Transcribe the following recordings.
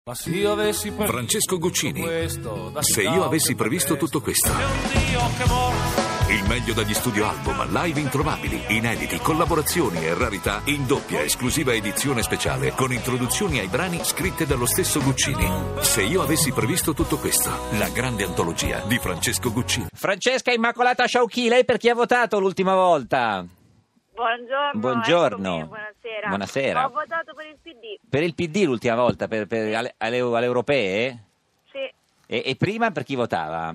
Francesco Guccini. Se io avessi previsto tutto questo. Il meglio dagli studio album, live introvabili, inediti, collaborazioni e rarità in doppia esclusiva edizione speciale con introduzioni ai brani scritte dallo stesso Guccini. Se io avessi previsto tutto questo, la grande antologia di Francesco Guccini. Francesca Immacolata Sciauchi, lei per chi ha votato l'ultima volta? Buongiorno. Buonasera. Buonasera. Ho votato per il PD. Per il PD l'ultima volta, alle europee? Sì. E prima per chi votava?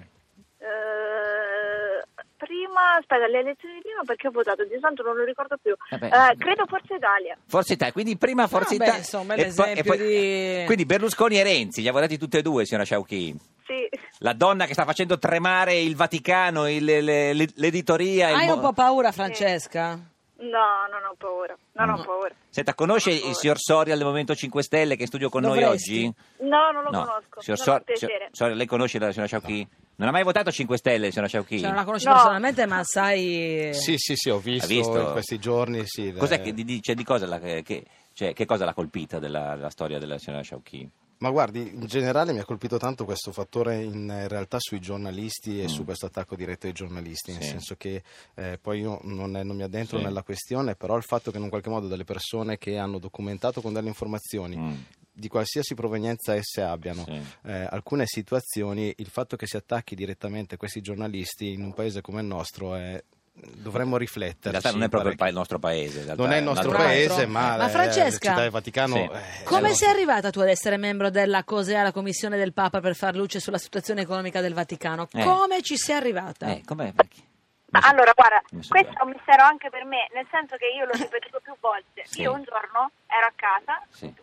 Alle elezioni di prima perché ho votato, di santo non lo ricordo più. Credo Forza Italia. Forza Italia, quindi prima Forza Italia. Insomma, l'esempio di... Quindi Berlusconi e Renzi, li ha votati tutti e due, signora Sciauchi? Sì. La donna che sta facendo tremare il Vaticano, l'editoria... Hai un po' paura, Francesca? No, non ho paura. Non ho paura. Senta, conosce il signor Soria del Movimento 5 Stelle che è in studio con noi oggi? No, non lo conosco. Signor Soria, lei conosce la signora Sciauchi? Non ha mai votato 5 Stelle, signora Sciauchi? Cioè, non la conosci personalmente, ma sai... Sì, ho visto in questi giorni, sì. Cos'è che dice di cosa che cosa l'ha colpita della storia della signora Sciauchi? Ma guardi, in generale mi ha colpito tanto questo fattore in realtà sui giornalisti e su questo attacco diretto ai giornalisti, nel senso che poi io non mi addentro nella questione, però il fatto che in un qualche modo delle persone che hanno documentato con delle informazioni di qualsiasi provenienza esse abbiano alcune situazioni, il fatto che si attacchi direttamente questi giornalisti in un paese come il nostro dovremmo riflettere. In realtà non è proprio il nostro paese. Non è il nostro paese, ma Francesca, la città del Vaticano. Come sei arrivata tu ad essere membro della COSEA, la Commissione del Papa per far luce sulla situazione economica del Vaticano? Come ci sei arrivata? Com'è? Allora, guarda, questo è un mistero anche per me, nel senso che io l'ho ripetuto più volte. Io un giorno ero a casa,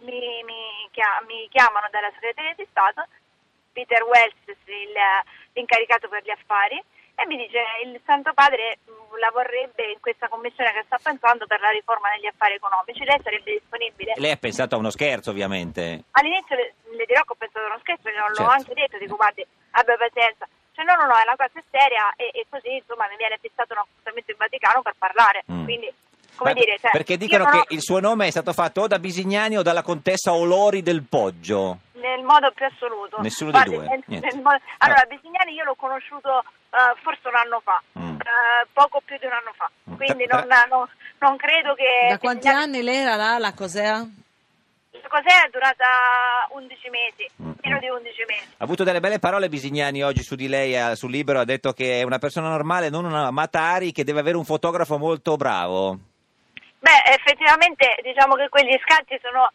mi chiamano dalla segreteria di Stato, Peter Wells, l'incaricato per gli affari, e mi dice il Santo Padre la vorrebbe in questa commissione che sta pensando per la riforma degli affari economici, lei sarebbe disponibile? Lei ha pensato a uno scherzo, ovviamente. All'inizio le dirò che ho pensato a uno scherzo, l'ho anche detto, dico guardi, abbia pazienza, cioè no, è una cosa seria e così insomma mi viene fissato un appuntamento in Vaticano per parlare, quindi come dire... Cioè, perché dicono che il suo nome è stato fatto o da Bisignani o dalla contessa Olori del Poggio. Nel modo più assoluto. Nessuno dei due. Allora, Bisignani io l'ho conosciuto forse un anno fa, poco più di un anno fa, quindi non credo che... Da quanti anni lei era là, la COSEA? La COSEA è durata 11 mesi, meno di 11 mesi. Ha avuto delle belle parole Bisignani oggi su di lei, sul Libero, ha detto che è una persona normale, non una Matari, che deve avere un fotografo molto bravo. Beh, effettivamente diciamo che quegli scatti sono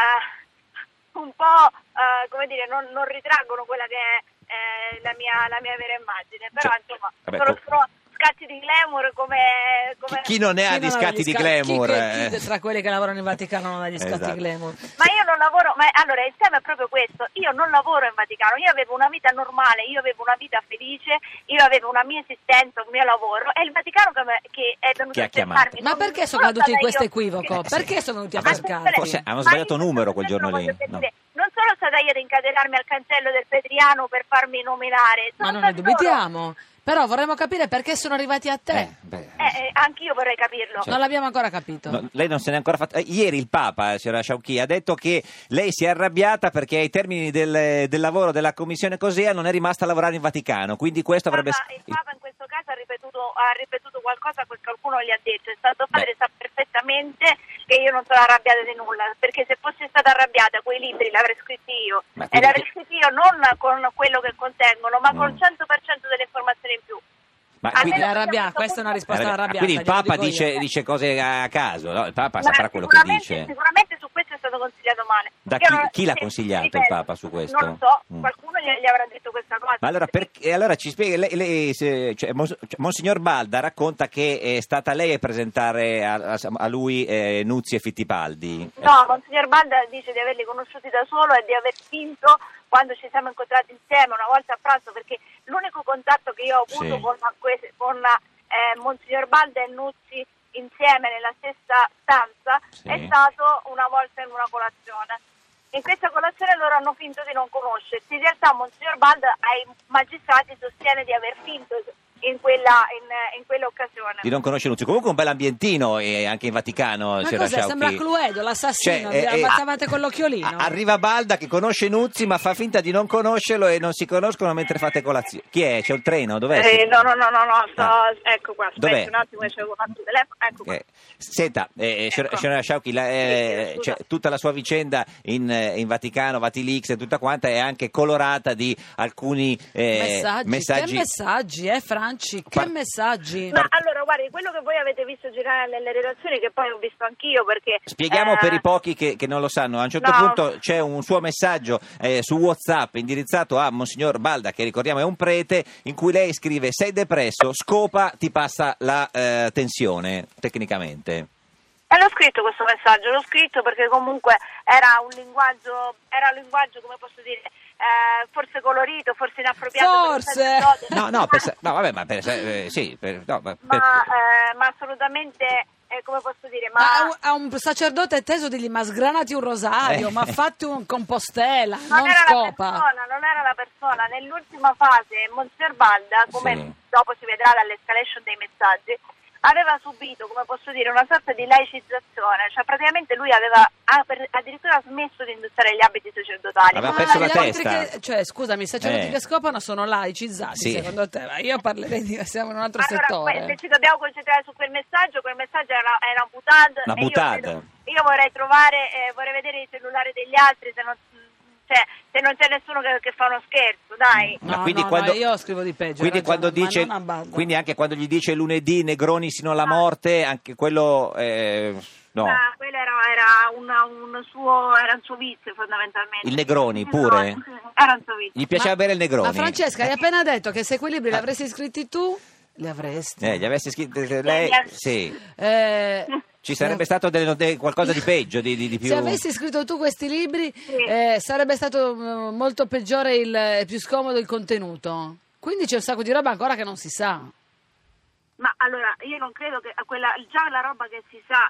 un po', come dire, non ritraggono quella che è la mia vera immagine, però insomma sono scatti di glamour come... Chi non ne ha di scatti di glamour? Chi tra quelli che lavorano in Vaticano non ha gli scatti glamour? Ma io non lavoro, allora il tema è proprio questo, io non lavoro in Vaticano, io avevo una vita normale, io avevo una vita felice, io avevo una mia esistenza, un mio lavoro, e il Vaticano che è venuto a cercarmi. Ma perché sono caduti in questo equivoco? Perché sono venuti a cercarmi? Forse hanno sbagliato numero quel giorno lì. Non sono stata io ad incatenarmi al cancello del Petriano per farmi nominare. Ma non ne dubitiamo. Però vorremmo capire perché sono arrivati a te. Anch'io vorrei capirlo. Non l'abbiamo ancora capito. No, lei non se n'è ancora fatta. Ieri il Papa, signora Sciauchi, ha detto che lei si è arrabbiata perché ai termini del lavoro della Commissione COSEA non è rimasta a lavorare in Vaticano. Quindi questo avrebbe... Il Papa in questo caso ha ripetuto qualcosa che qualcuno gli ha detto. Il Santo Padre sa perfettamente che io non sono arrabbiata di nulla, perché se fossi stata arrabbiata quei libri li avrei scritti io. E li avrei scritti io non con quello che contengono, ma con il 100% delle informazioni in più. Questa è una risposta arrabbiata. Quindi il Papa dice cose a caso, no? Il Papa saprà quello che dice. Sicuramente su questo è stato consigliato male. Da chi l'ha consigliato il Papa su questo? Non lo so, qualcuno gli avrà detto questa cosa. Ma allora ci spiega, Monsignor Balda racconta che è stata lei a presentare a lui Nuzzi e Fittipaldi. No, Monsignor Balda dice di averli conosciuti da solo e di aver vinto quando ci siamo incontrati insieme una volta a pranzo, perché l'unico contatto che io ho avuto con Monsignor Balda e Nuzzi insieme nella stessa stanza è stato una volta in una colazione. In questa colazione loro hanno finto di non conoscersi. In realtà Monsignor Balda ai magistrati sostiene di aver finto in quell'occasione. Di non conoscere Nuzzi. Comunque un bel ambientino anche in Vaticano. Ma cos'è? Sembra Cluedo, l'assassino, vi ammazzavate con l'occhiolino. Arriva Balda che conosce Nuzzi ma fa finta di non conoscerlo e non si conoscono mentre fate colazione. Chi è? C'è un treno? Dov'è? No, ecco qua, aspetta un attimo che c'è un altro telefono, ecco qua. Senta, signora Sciauchi, tutta la sua vicenda in Vaticano, Vatilix e tutta quanta è anche colorata di alcuni messaggi. Che messaggi, Franci? Che messaggi? Ma allora, guardi, quello che voi avete visto girare nelle redazioni, che poi ho visto anch'io, perché... Spieghiamo per i pochi che non lo sanno. A un certo punto c'è un suo messaggio su WhatsApp indirizzato a Monsignor Balda, che ricordiamo è un prete, in cui lei scrive: sei depresso, scopa, ti passa la tensione, tecnicamente. L'ho scritto questo messaggio, l'ho scritto perché comunque era un linguaggio, come posso dire, forse colorito, forse inappropriato. Forse! Ma assolutamente, come posso dire, a un sacerdote teso digli: ma sgranati un rosario, ma fatti un Compostela, non scopa. Non era la persona. Nell'ultima fase Monsignor Balda, come dopo si vedrà dall'escalation dei messaggi, aveva subito, come posso dire, una sorta di laicizzazione, cioè praticamente lui aveva addirittura smesso di indossare gli abiti sacerdotali. Aveva perso la testa. Scusami, i sacerdoti che scopano sono laicizzati, secondo te? Ma io parlerei siamo in un altro settore. Se ci dobbiamo concentrare su quel messaggio era una butade. Io vorrei vedere il cellulare degli altri, se non c'è nessuno che fa uno scherzo, dai. Io scrivo di peggio. Quindi quindi anche quando gli dice lunedì Negroni sino alla morte, anche quello no. Quello era un suo vizio, fondamentalmente. Il Negroni pure? Era un suo vizio. Gli piaceva bere il Negroni. Ma Francesca, hai appena detto che se quei libri li avresti scritti tu, li avresti. Li avresti scritti lei? Sì. Ci sarebbe stato qualcosa di peggio, di più. Se avessi scritto tu questi libri, sarebbe stato molto peggiore più scomodo il contenuto. Quindi c'è un sacco di roba ancora che non si sa. Ma allora, io non credo che già la roba che si sa,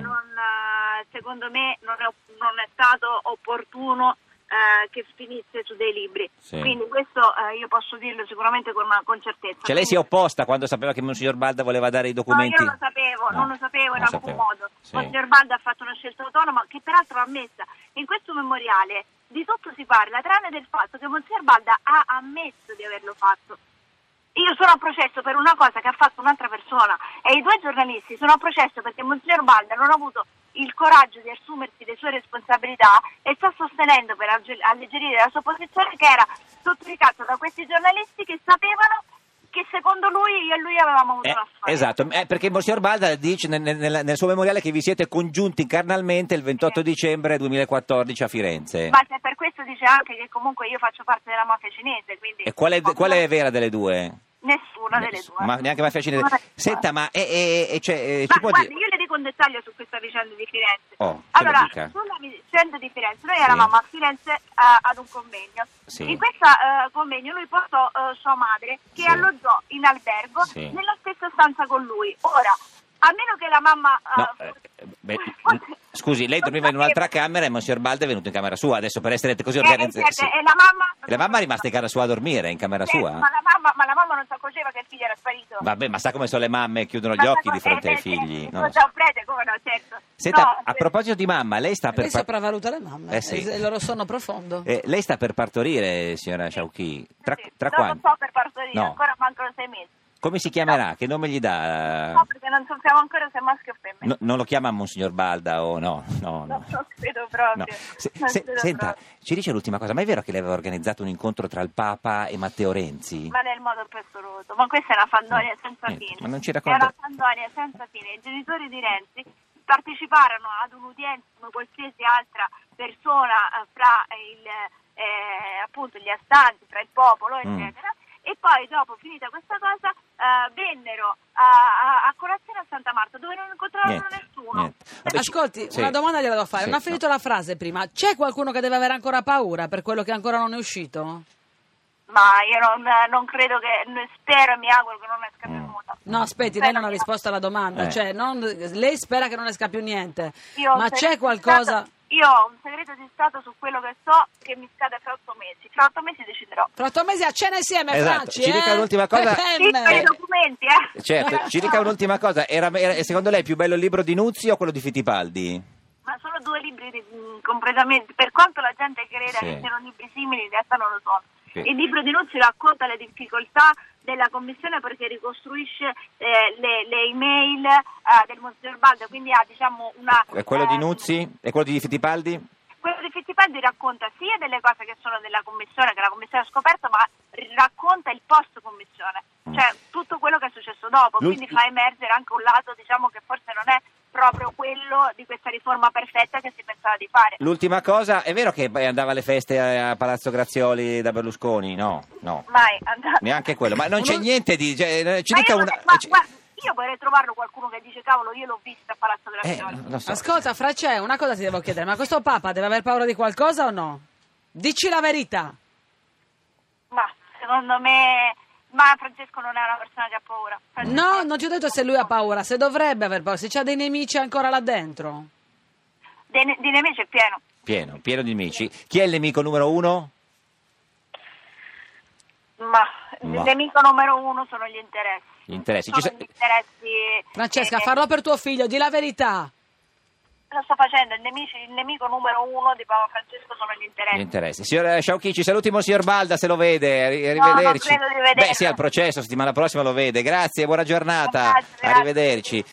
secondo me non è stato opportuno che finisse su dei libri. Sì. Quindi questo io posso dirlo sicuramente con certezza. Cioè lei si è opposta quando sapeva che Monsignor Balda voleva dare i documenti? No, io non lo sapevo in alcun modo. Sì. Monsignor Balda ha fatto una scelta autonoma che peraltro va ammessa. In questo memoriale di tutto si parla, tranne del fatto che Monsignor Balda ha ammesso di averlo fatto. Io sono a processo per una cosa che ha fatto un'altra persona e i due giornalisti sono a processo perché Monsignor Balda non ha avuto il coraggio di assumersi le sue responsabilità e sta sostenendo, per alleggerire la sua posizione, che era sotto ricatto da questi giornalisti che sapevano che secondo lui io e lui avevamo avuto una storia. Esatto, perché Monsignor Balda dice nel suo memoriale che vi siete congiunti carnalmente il 28 dicembre 2014 a Firenze. Ma se per questo dice anche che comunque io faccio parte della mafia cinese, quindi... E qual è vera delle due? Nessuna delle due. Ma neanche mafia cinese. Senta, ma guardi, io le dico un dettaglio su questa vicenda di Firenze. Allora, sulla vicenda di Firenze, noi eravamo a Firenze ad un convegno. Sì. In questo convegno lui portò sua madre, che alloggiò in albergo nella stessa stanza con lui. Ora, a meno che la mamma... scusi, lei dormiva in un'altra camera e Monsignor Balda è venuto in camera sua, adesso per essere così organizzata... E la mamma è rimasta in casa sua a dormire, in camera sua? Ma la mamma non si accorgeva che il figlio era sparito. Vabbè, ma sa come sono le mamme, chiudono gli occhi di fronte ai figli. Non c'è un prete, come no, certo. Senta, a proposito di mamma, lei sta per... Lei sopravvaluta le mamme, il loro sonno profondo. Lei sta per partorire, signora Sciauchi? Tra quando? Non sto per partorire, ancora mancano 6 mesi. Come si chiamerà? Che nome gli dà? No, perché non sappiamo ancora se è maschio o femmina. Non lo chiama Monsignor Balda o no? No. Non credo proprio. No. Senta, ci dice l'ultima cosa, ma è vero che lei aveva organizzato un incontro tra il Papa e Matteo Renzi? Ma nel modo più assoluto, ma questa è una fandonia senza fine. Ma non ci racconta... È una fandonia senza fine. I genitori di Renzi parteciparono ad un'udienza come qualsiasi altra persona fra appunto gli astanti, fra il popolo, eccetera. E poi dopo, finita questa cosa, vennero a colazione a Santa Marta, dove non incontrarono nessuno. Vabbè, ascolti, una domanda gliela devo fare. Non ha finito la frase prima. C'è qualcuno che deve avere ancora paura per quello che ancora non è uscito? Ma io non credo spero e mi auguro che non esca più nulla. No, aspetti, lei non ha risposto alla domanda. Cioè, lei spera che non esca più niente. Ma c'è qualcosa... Io ho un segreto di Stato su quello che so che mi scade fra 8 mesi. Fra 8 mesi deciderò. Fra 8 mesi a cena insieme, Esatto. Franci, Ci dica un'ultima cosa. Sì, per i documenti, Certo, ci dica un'ultima cosa. Era secondo lei più bello il libro di Nuzzi o quello di Fittipaldi? Ma sono due libri completamente, per quanto la gente creda Sì. che siano libri simili, in realtà non lo sono. Sì. Il libro di Nuzzi racconta le difficoltà della commissione perché ricostruisce le email del Monsignor Balda, quindi ha diciamo una... E quello di Nuzzi? E quello di Fittipaldi? Quello di Fittipaldi racconta sia delle cose che sono della commissione, che la commissione ha scoperto, ma racconta il post commissione, cioè tutto quello che è successo dopo, quindi fa emergere anche un lato diciamo che forse non è proprio quello di questa riforma perfetta che si pensava di fare. L'ultima cosa, è vero che andava alle feste a Palazzo Grazioli da Berlusconi? No. Mai andato. Neanche quello, ma non c'è niente di... Cioè, ci Ma dica io non- una... ma guarda, io vorrei trovarlo qualcuno che dice cavolo, io l'ho vista a Palazzo Grazioli. lo so. Ascolta, Francesca, una cosa ti devo chiedere, ma questo Papa deve aver paura di qualcosa o no? Dici la verità. Ma secondo me... Ma Francesco non è una persona che ha paura. No, non ti ho detto se lui ha paura, se dovrebbe aver paura, se c'ha dei nemici ancora là dentro. Di nemici è pieno. Pieno di nemici. Chi è il nemico numero 1? Ma il nemico numero 1 sono gli interessi. Gli interessi. Sono gli interessi. Francesca, farlo per tuo figlio, di la verità. Lo sto facendo, il nemico numero 1 di Papa Francesco sono gli interessi. Gli interessi. Signor Sciauchi, saluti Monsignor Balda se lo vede. Arrivederci. No, non credo di vederlo. Beh sì, al processo, settimana prossima lo vede. Grazie, buona giornata. Grazie. Arrivederci.